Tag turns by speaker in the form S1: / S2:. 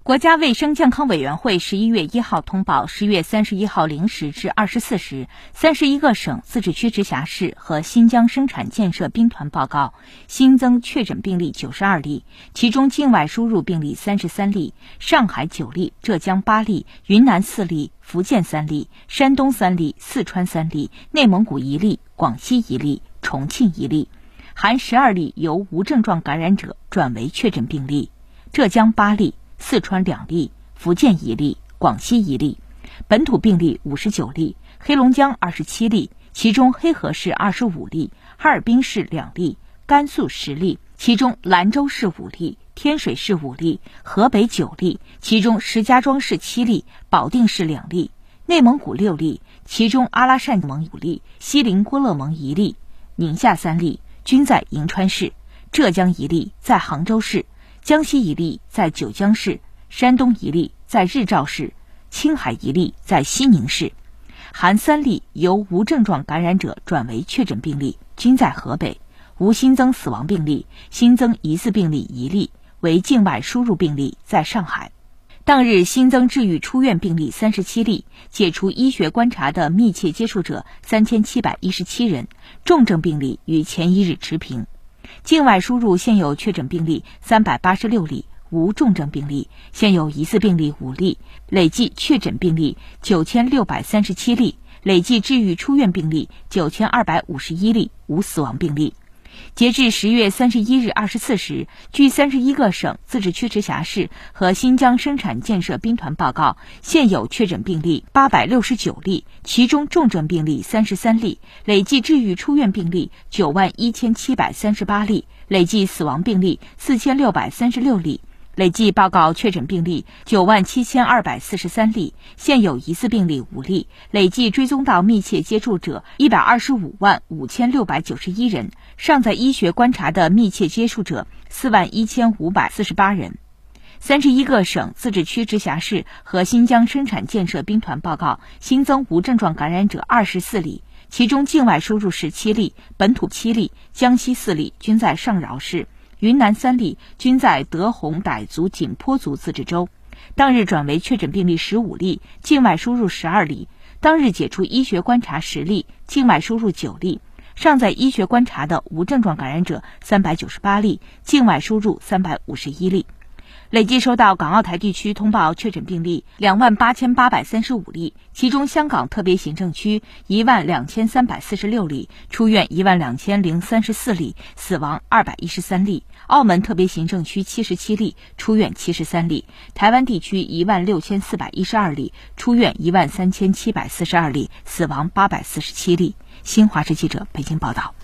S1: 国家卫生健康委员会11月1号通报，10月31号0时至24时，31个省、自治区、直辖市和新疆生产建设兵团报告新增确诊病例92例，其中境外输入病例33例，上海9例，浙江8例，云南4例，福建3例，山东3例，四川3例，内蒙古1例，广西1例，重庆1例，含12例由无症状感染者转为确诊病例，浙江8例，四川2例，福建1例，广西1例，本土病例59例，黑龙江27例，其中黑河市25例，哈尔滨市2例，甘肃10例，其中兰州市5例，天水市5例，河北9例，其中石家庄市7例，保定市2例，内蒙古6例，其中阿拉善盟5例，锡林郭勒盟1例，宁夏3例，均在银川市，浙江1例在杭州市，江西1例在九江市，山东1例在日照市，青海1例在西宁市，含3例由无症状感染者转为确诊病例，均在河北，无新增死亡病例，新增疑似病例1例，为境外输入病例，在上海。当日新增治愈出院病例37例，解除医学观察的密切接触者3717人，重症病例与前一日持平。境外输入现有确诊病例386例，无重症病例，现有疑似病例5例，累计确诊病例9637例，累计治愈出院病例9251例，无死亡病例。截至10月31日24时，据31个省、自治区、直辖市和新疆生产建设兵团报告，现有确诊病例869例，其中重症病例33例，累计治愈出院病例91738例，累计死亡病例4636例。累计报告确诊病例97243例，现有疑似病例5例，累计追踪到密切接触者1255691人，尚在医学观察的密切接触者41548人。31个省、自治区、直辖市和新疆生产建设兵团报告新增无症状感染者24例，其中境外输入17例，本土7例，江西4例，均在上饶市，云南3例，均在德宏傣族景颇族自治州。当日转为确诊病例15例，境外输入12例。当日解除医学观察10例，境外输入9例。尚在医学观察的无症状感染者398例，境外输入351例。累计收到港澳台地区通报确诊病例28835例，其中香港特别行政区12346例，出院12034例，死亡213例；澳门特别行政区77例，出院73例；台湾地区16412例，出院13742例，死亡847例。新华社记者北京报道。